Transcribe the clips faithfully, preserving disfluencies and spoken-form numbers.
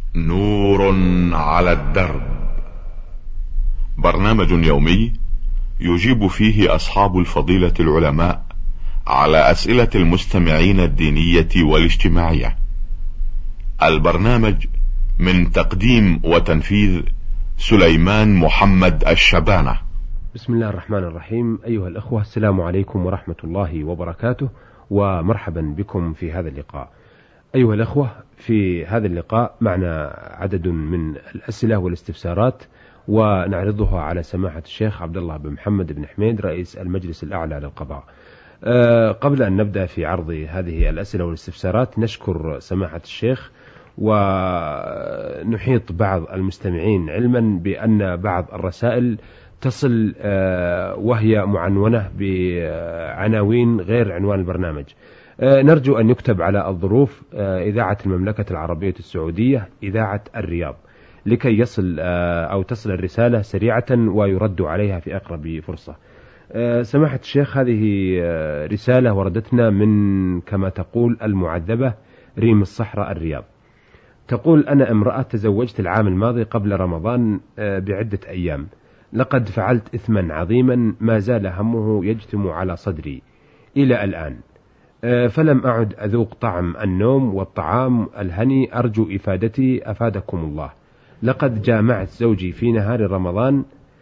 نور على الدرب، برنامج يومي يجيب فيه أصحاب الفضيلة العلماء على أسئلة المستمعين الدينية والاجتماعية. البرنامج من تقديم وتنفيذ سليمان محمد الشبانة. بسم الله الرحمن الرحيم. أيها الأخوة، السلام عليكم ورحمة الله وبركاته، ومرحبا بكم في هذا اللقاء. أيها الأخوة، في هذا اللقاء معنا عدد من الأسئلة والاستفسارات، ونعرضها على سماحة الشيخ عبد الله بن محمد بن حميد رئيس المجلس الأعلى للقضاء. أه قبل أن نبدأ في عرض هذه الأسئلة والاستفسارات، نشكر سماحة الشيخ، ونحيط بعض المستمعين علما بأن بعض الرسائل تصل أه وهي معنونة بعناوين غير عنوان البرنامج. أه نرجو أن يكتب على الظروف أه إذاعة المملكة العربية السعودية، إذاعة الرياض، لكي يصل أه أو تصل الرسالة سريعة ويرد عليها في أقرب فرصة. أه سماحة الشيخ، هذه أه رسالة وردتنا من كما تقول المعذبة ريم الصحراء الرياض. تقول: أنا امرأة تزوجت العام الماضي قبل رمضان أه بعدة أيام. لقد فعلت إثما عظيما ما زال همه يجتم على صدري إلى الآن، فلم أعد أذوق طعم النوم والطعام الهني. أرجو إفادتي أفادكم الله. لقد جامعت زوجي في نهار رمضان.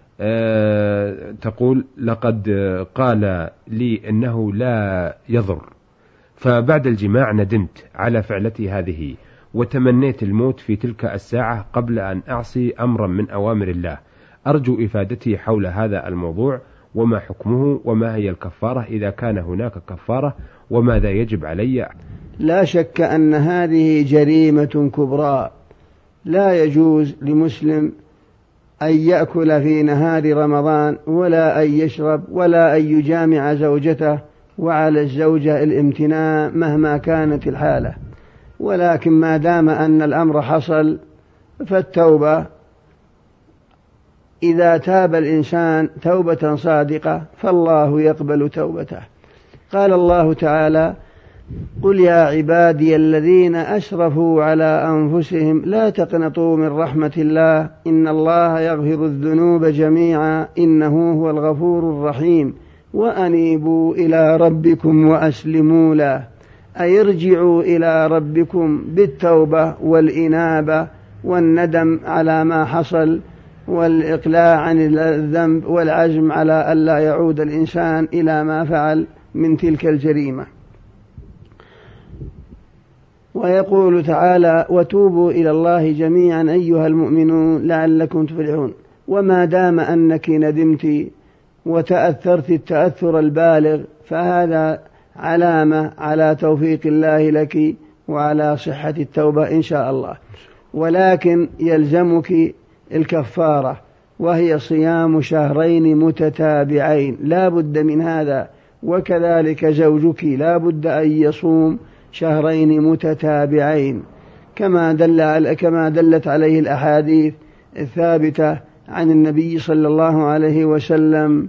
تقول: لقد قال لي إنه لا يضر، فبعد الجماع ندمت على فعلتي هذه، وتمنيت الموت في تلك الساعة قبل أن أعصي أمرا من أوامر الله. أرجو إفادتي حول هذا الموضوع، وما حكمه، وما هي الكفارة إذا كان هناك كفارة، وماذا يجب علي؟ لا شك أن هذه جريمة كبرى. لا يجوز لمسلم أن يأكل في نهار رمضان، ولا أن يشرب، ولا أن يجامع زوجته، وعلى الزوجة الامتناع مهما كانت الحالة. ولكن ما دام أن الأمر حصل فالتوبة، إذا تاب الإنسان توبة صادقة فالله يقبل توبته. قال الله تعالى: قل يا عبادي الذين أسرفوا على أنفسهم لا تقنطوا من رحمة الله إن الله يغفر الذنوب جميعا إنه هو الغفور الرحيم وأنيبوا إلى ربكم وأسلموا له. أي ارجعوا إلى ربكم بالتوبة والإنابة والندم على ما حصل، والإقلاع عن الذنب، والعزم على ألا يعود الإنسان إلى ما فعل من تلك الجريمة. ويقول تعالى: وتوبوا إلى الله جميعا أيها المؤمنون لعلكم تفلحون. وما دام أنك ندمت وتأثرت التأثر البالغ فهذا علامة على توفيق الله لك وعلى صحة التوبة إن شاء الله. ولكن يلزمك الكفارة، وهي صيام شهرين متتابعين، لا بد من هذا. وكذلك زوجك لا بد أن يصوم شهرين متتابعين، كما دل كما دلت عليه الأحاديث الثابتة عن النبي صلى الله عليه وسلم.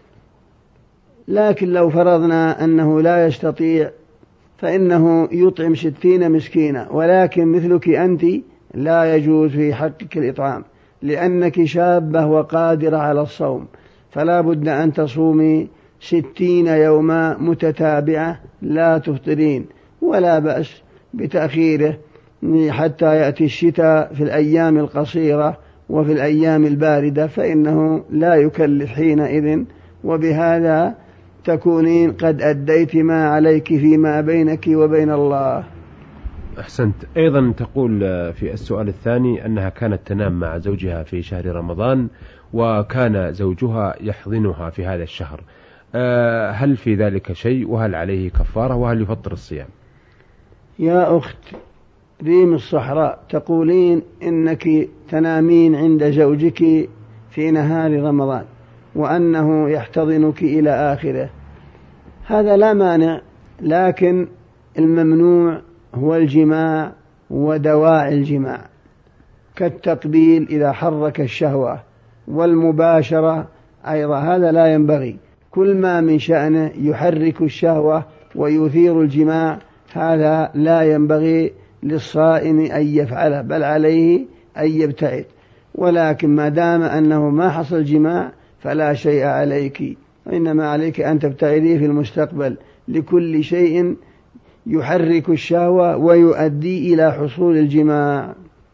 لكن لو فرضنا أنه لا يستطيع فإنه يطعم ستين مسكينا، ولكن مثلك أنت لا يجوز في حقك الإطعام، لأنك شابة وقادرة على الصوم، فلا بد أن تصومي ستين يوما متتابعة لا تفطرين. ولا بأس بتأخيره حتى يأتي الشتاء في الأيام القصيرة وفي الأيام الباردة، فإنه لا يكلف حينئذ، وبهذا تكونين قد أديت ما عليك فيما بينك وبين الله. أحسنت. أيضا تقول في السؤال الثاني أنها كانت تنام مع زوجها في شهر رمضان، وكان زوجها يحضنها في هذا الشهر. هل في ذلك شيء؟ وهل عليه كفارة؟ وهل يفطر الصيام؟ يا أخت ريم الصحراء، تقولين إنك تنامين عند زوجك في نهار رمضان وأنه يحتضنك إلى آخره. هذا لا مانع، لكن الممنوع هو الجماع ودواعي الجماع، كالتقبيل إذا حرك الشهوة، والمباشرة أيضا هذا لا ينبغي. كل ما من شأنه يحرك الشهوة ويثير الجماع هذا لا ينبغي للصائم أن يفعله، بل عليه أن يبتعد. ولكن ما دام أنه ما حصل جماع فلا شيء عليك، وإنما عليك أن تبتعدي في المستقبل لكل شيء يحرك الشهوة ويؤدي إلى حصول الجماع.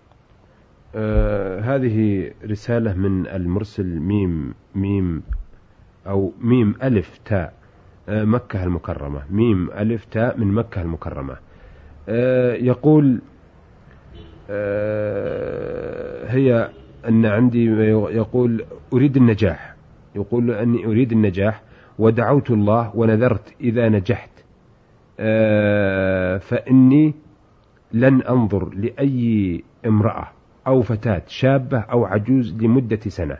آه هذه رسالة من المرسل ميم ميم أو ميم ألف تاء آه مكة المكرمة، ميم ألف تاء من مكة المكرمة. آه يقول آه هي أن عندي يقول أريد النجاح، يقول أني أريد النجاح ودعوت الله ونذرت إذا نجحت آه فإني لن أنظر لأي امرأة أو فتاة شابة أو عجوز لمدة سنة،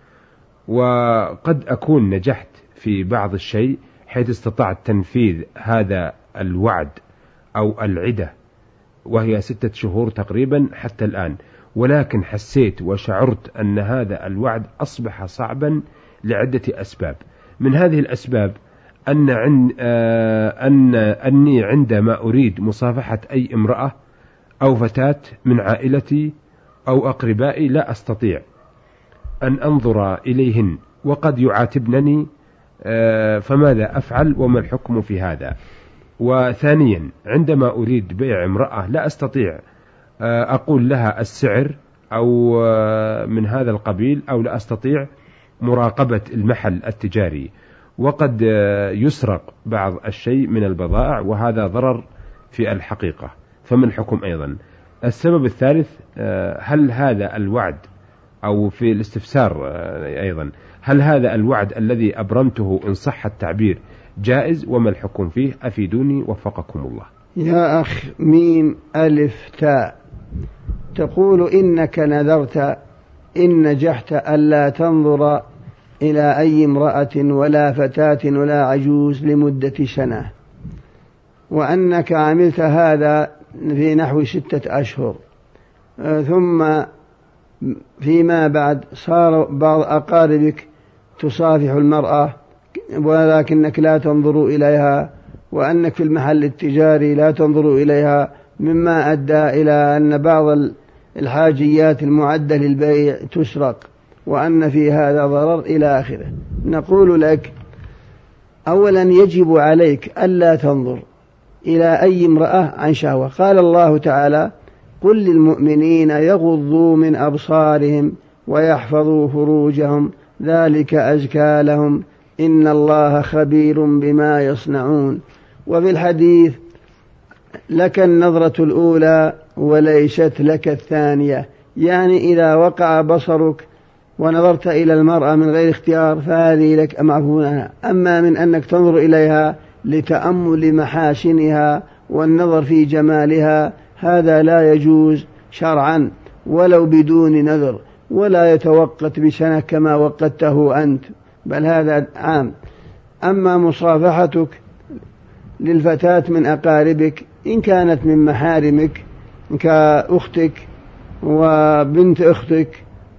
وقد أكون نجحت في بعض الشيء حيث استطعت تنفيذ هذا الوعد أو العدة وهي ستة شهور تقريبا حتى الآن، ولكن حسيت وشعرت أن هذا الوعد أصبح صعبا لعدة أسباب. من هذه الأسباب أن, عن آه أن أني عندما أريد مصافحة أي امرأة أو فتاة من عائلتي أو أقربائي لا أستطيع أن أنظر إليهن وقد يعاتبنني، آه فماذا أفعل وما الحكم في هذا؟ وثانيا عندما أريد بيع امرأة لا أستطيع آه أقول لها السعر أو آه من هذا القبيل، أو لا أستطيع مراقبة المحل التجاري، وقد آه يسرق بعض الشيء من البضائع وهذا ضرر في الحقيقة، فمن الحكم أيضا. السبب الثالث آه هل هذا الوعد أو في الاستفسار آه أيضا هل هذا الوعد الذي أبرمته إن صح التعبير جائز وما الحكم فيه؟ أفيدوني وفقكم الله. يا أخ ميم ألف تاء، تقول إنك نذرت إن نجحت ألا تنظر إلى أي امرأة ولا فتاة ولا عجوز لمدة سنة، وأنك عملت هذا في نحو ستة أشهر، ثم فيما بعد صار بعض أقاربك تصافح المرأة ولكنك لا تنظر إليها، وأنك في المحل التجاري لا تنظر إليها، مما أدى إلى أن بعض الحاجيات المعدة للبيع تسرق، وأن في هذا ضرر إلى آخره. نقول لك أولا يجب عليك ألا تنظر إلى أي امرأة عن شهوة. قال الله تعالى: قل للمؤمنين يغضوا من أبصارهم ويحفظوا فروجهم ذلك أزكى لهم إن الله خبير بما يصنعون. وفي الحديث: لك النظرة الأولى وليست لك الثانية، يعني إذا وقع بصرك ونظرت إلى المرأة من غير اختيار فهذه لك معفونها. أما من أنك تنظر إليها لتأمل محاسنها والنظر في جمالها هذا لا يجوز شرعا ولو بدون نذر، ولا يتوقت بسنة كما وقته أنت، بل هذا عام. أما مصافحتك للفتاة من أقاربك إن كانت من محارمك كأختك وبنت أختك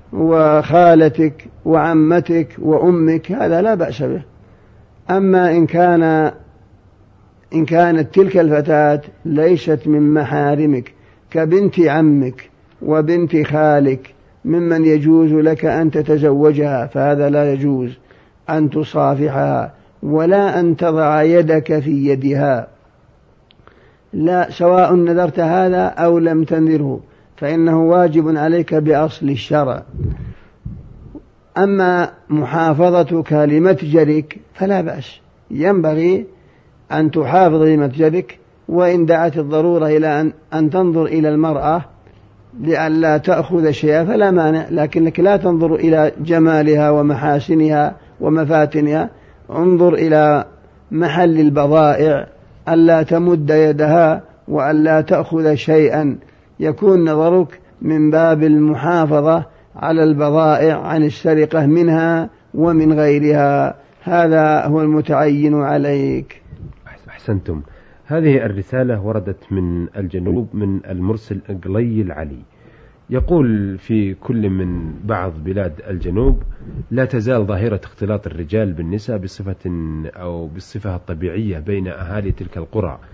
وخالتك وعمتك وأمك هذا لا بأس به. أما إن كان إن كانت تلك الفتاة ليست من محارمك كبنت عمك وبنت خالك ممن يجوز لك أن تتزوجها فهذا لا يجوز أن تصافحها ولا أن تضع يدك في يدها، لا، سواء نذرت هذا أو لم تنذره فإنه واجب عليك بأصل الشرع. أما محافظتك لمتجرك فلا بأس، ينبغي أن تحافظ لمتجرك، وإن دعت الضرورة إلى أن, أن تنظر إلى المرأة لئلا تأخذ شيئا فلا مانع، لكنك لا تنظر إلى جمالها ومحاسنها ومفاتنها، انظر إلى محل البضائع، ألا تمد يدها وألا تأخذ شيئا، يكون نظرك من باب المحافظة على البضائع عن السرقة منها ومن غيرها، هذا هو المتعين عليك. أحسنتم. هذه الرسالة وردت من الجنوب من المرسل قلي العلي، يقول في كل من بعض بلاد الجنوب لا تزال ظاهرة اختلاط الرجال بالنساء بصفة أو بالصفة الطبيعية بين أهالي تلك القرى،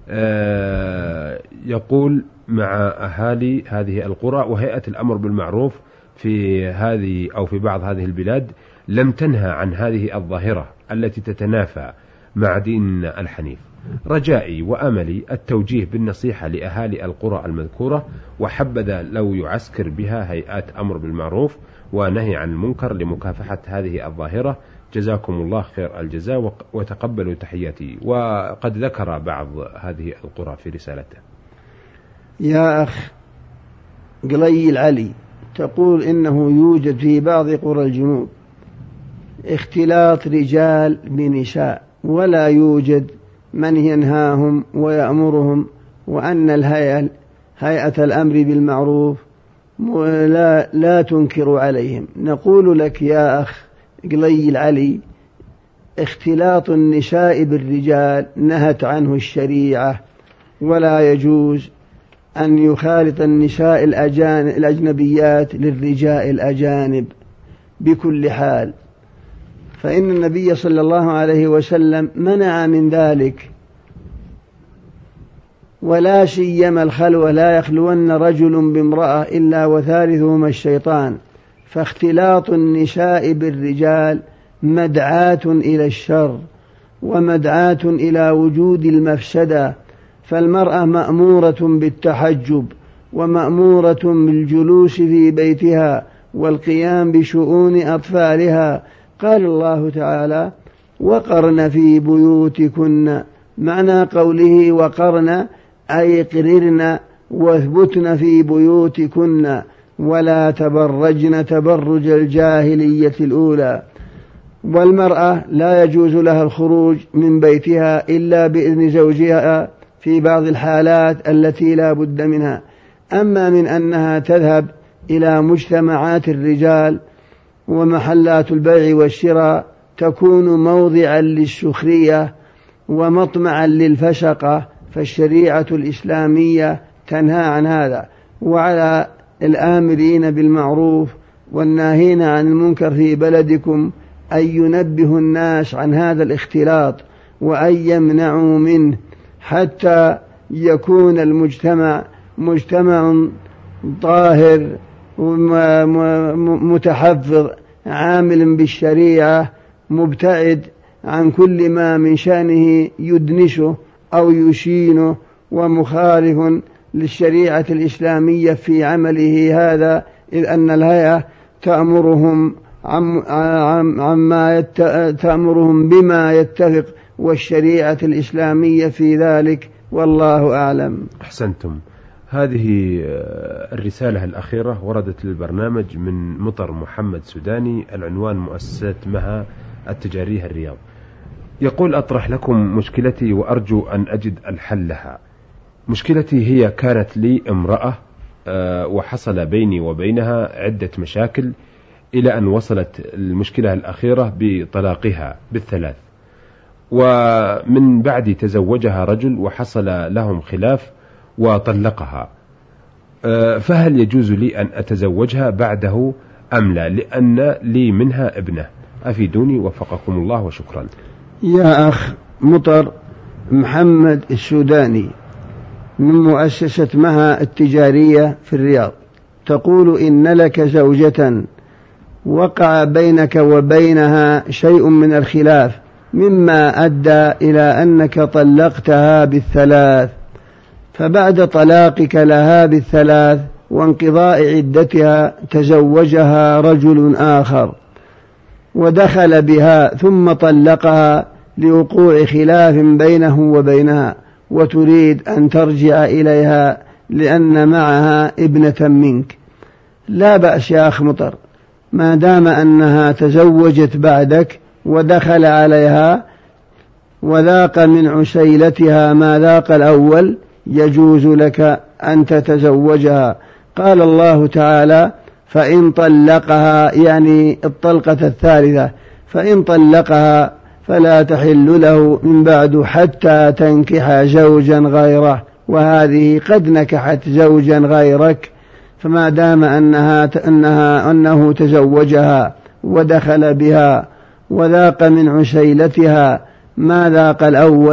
يقول مع أهالي هذه القرى وهيئة الأمر بالمعروف في هذه أو في بعض هذه البلاد لم تنهى عن هذه الظاهرة التي تتنافى مع دين الحنيف. رجائي وأملي التوجيه بالنصيحة لأهالي القرى المذكورة، وحبذا لو يعسكر بها هيئات أمر بالمعروف ونهي عن المنكر لمكافحة هذه الظاهرة. جزاكم الله خير الجزاء وتقبلوا تحياتي. وقد ذكر بعض هذه القرى في رسالته. يا أخ قليل علي، تقول إنه يوجد في بعض قرى الجنوب اختلاط رجال بنساء ولا يوجد من ينهاهم ويأمرهم، وأن الهيئة هيئة الأمر بالمعروف لا, لا تنكر عليهم. نقول لك يا أخ قليل علي، اختلاط النساء بالرجال نهت عنه الشريعة، ولا يجوز أن يخالط النساء الأجنبيات للرجال الأجانب بكل حال، فإن النبي صلى الله عليه وسلم منع من ذلك. ولا سيما الخلوة، لا يخلون رجل بامرأة إلا وثالثهما الشيطان، فاختلاط النساء بالرجال مدعاة إلى الشر ومدعاة إلى وجود المفسدة. فالمرأة مأمورة بالتحجب ومأمورة بالجلوس في بيتها والقيام بشؤون أطفالها. قال الله تعالى: وقرن في بيوتكن، معنى قوله وقرن أي قررن واثبتن في بيوتكن ولا تبرجن تبرج الجاهلية الأولى. والمرأة لا يجوز لها الخروج من بيتها إلا بإذن زوجها في بعض الحالات التي لا بد منها. أما من أنها تذهب إلى مجتمعات الرجال ومحلات البيع والشراء تكون موضعا للسخرية ومطمعا للفشقة، فالشريعة الإسلامية تنهى عن هذا. وعلى الآمرين بالمعروف والناهين عن المنكر في بلدكم أن ينبه الناس عن هذا الاختلاط وأن يمنعوا منه حتى يكون المجتمع مجتمع طاهر متحفظ عامل بالشريعة، مبتعد عن كل ما من شأنه يدنسه أو يشينه، ومخالف للشريعة الإسلامية في عمله هذا، إذ أن الهيئة تأمرهم عما يت... تأمرهم بما يتفق والشريعة الإسلامية في ذلك، والله أعلم. أحسنتم. هذه الرسالة الأخيرة وردت للبرنامج من مطر محمد سوداني، العنوان مؤسسة مها التجارية الرياض. يقول: أطرح لكم مشكلتي وأرجو أن أجد الحل لها. مشكلتي هي كانت لي امرأة وحصل بيني وبينها عدة مشاكل إلى أن وصلت المشكلة الأخيرة بطلاقها بالثلاث، ومن بعد تزوجها رجل وحصل لهم خلاف وطلقها، فهل يجوز لي أن أتزوجها بعده أم لا؟ لأن لي منها ابنة، أفيدوني وفقكم الله وشكرا. يا أخ مطر محمد السوداني من مؤسسة مها التجارية في الرياض، تقول: إن لك زوجة وقع بينك وبينها شيء من الخلاف مما أدى إلى أنك طلقتها بالثلاث، فبعد طلاقك لها بالثلاث وانقضاء عدتها تزوجها رجل آخر ودخل بها ثم طلقها لوقوع خلاف بينه وبينها، وتريد أن ترجع إليها لأن معها ابنة منك. لا بأس يا أخ مطر، ما دام أنها تزوجت بعدك ودخل عليها وذاق من عسيلتها ما ذاق الأول، يجوز لك أن تتزوجها. قال الله تعالى: فإن طلقها، يعني الطلقة الثالثة، فإن طلقها فلا تحل له من بعد حتى تنكح زوجا غيره، وهذه قد نكحت زوجا غيرك، فما دام أنها أنها أنه تزوجها ودخل بها وذاق من عسيلتها ما ذاق الأول،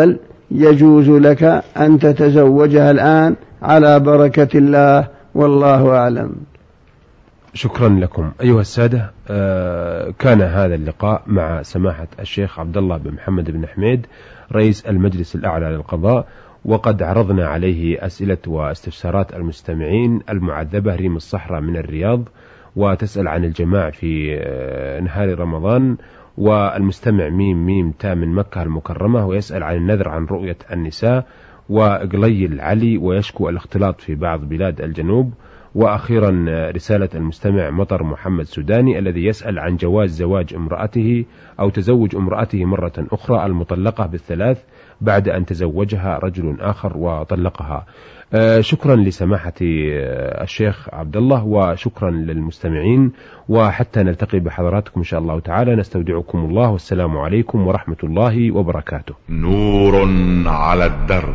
يجوز لك أن تتزوجها الآن على بركة الله، والله أعلم. شكرا لكم أيها السادة. كان هذا اللقاء مع سماحة الشيخ عبد الله بن محمد بن حميد رئيس المجلس الأعلى للقضاء، وقد عرضنا عليه أسئلة واستفسارات المستمعين. المعذبة ريم الصحراء من الرياض وتسأل عن الجماع في نهار رمضان، والمستمع ميم ميم تا من مكة المكرمة ويسأل عن النذر عن رؤية النساء، وقليل علي ويشكو الاختلاط في بعض بلاد الجنوب. وأخيرا رسالة المستمع مطر محمد سوداني الذي يسأل عن جواز زواج امرأته أو تزوج امرأته مرة أخرى المطلقة بالثلاث بعد أن تزوجها رجل آخر وطلقها. آه شكرا لسماحة الشيخ عبد الله، وشكرا للمستمعين، وحتى نلتقي بحضراتكم إن شاء الله تعالى نستودعكم الله، والسلام عليكم ورحمة الله وبركاته. نور على الدرب،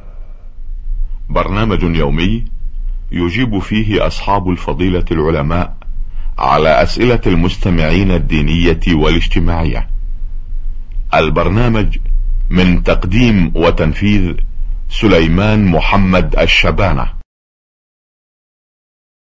برنامج يومي يجيب فيه أصحاب الفضيلة العلماء على أسئلة المستمعين الدينية والاجتماعية. البرنامج من تقديم وتنفيذ سليمان محمد الشبانة.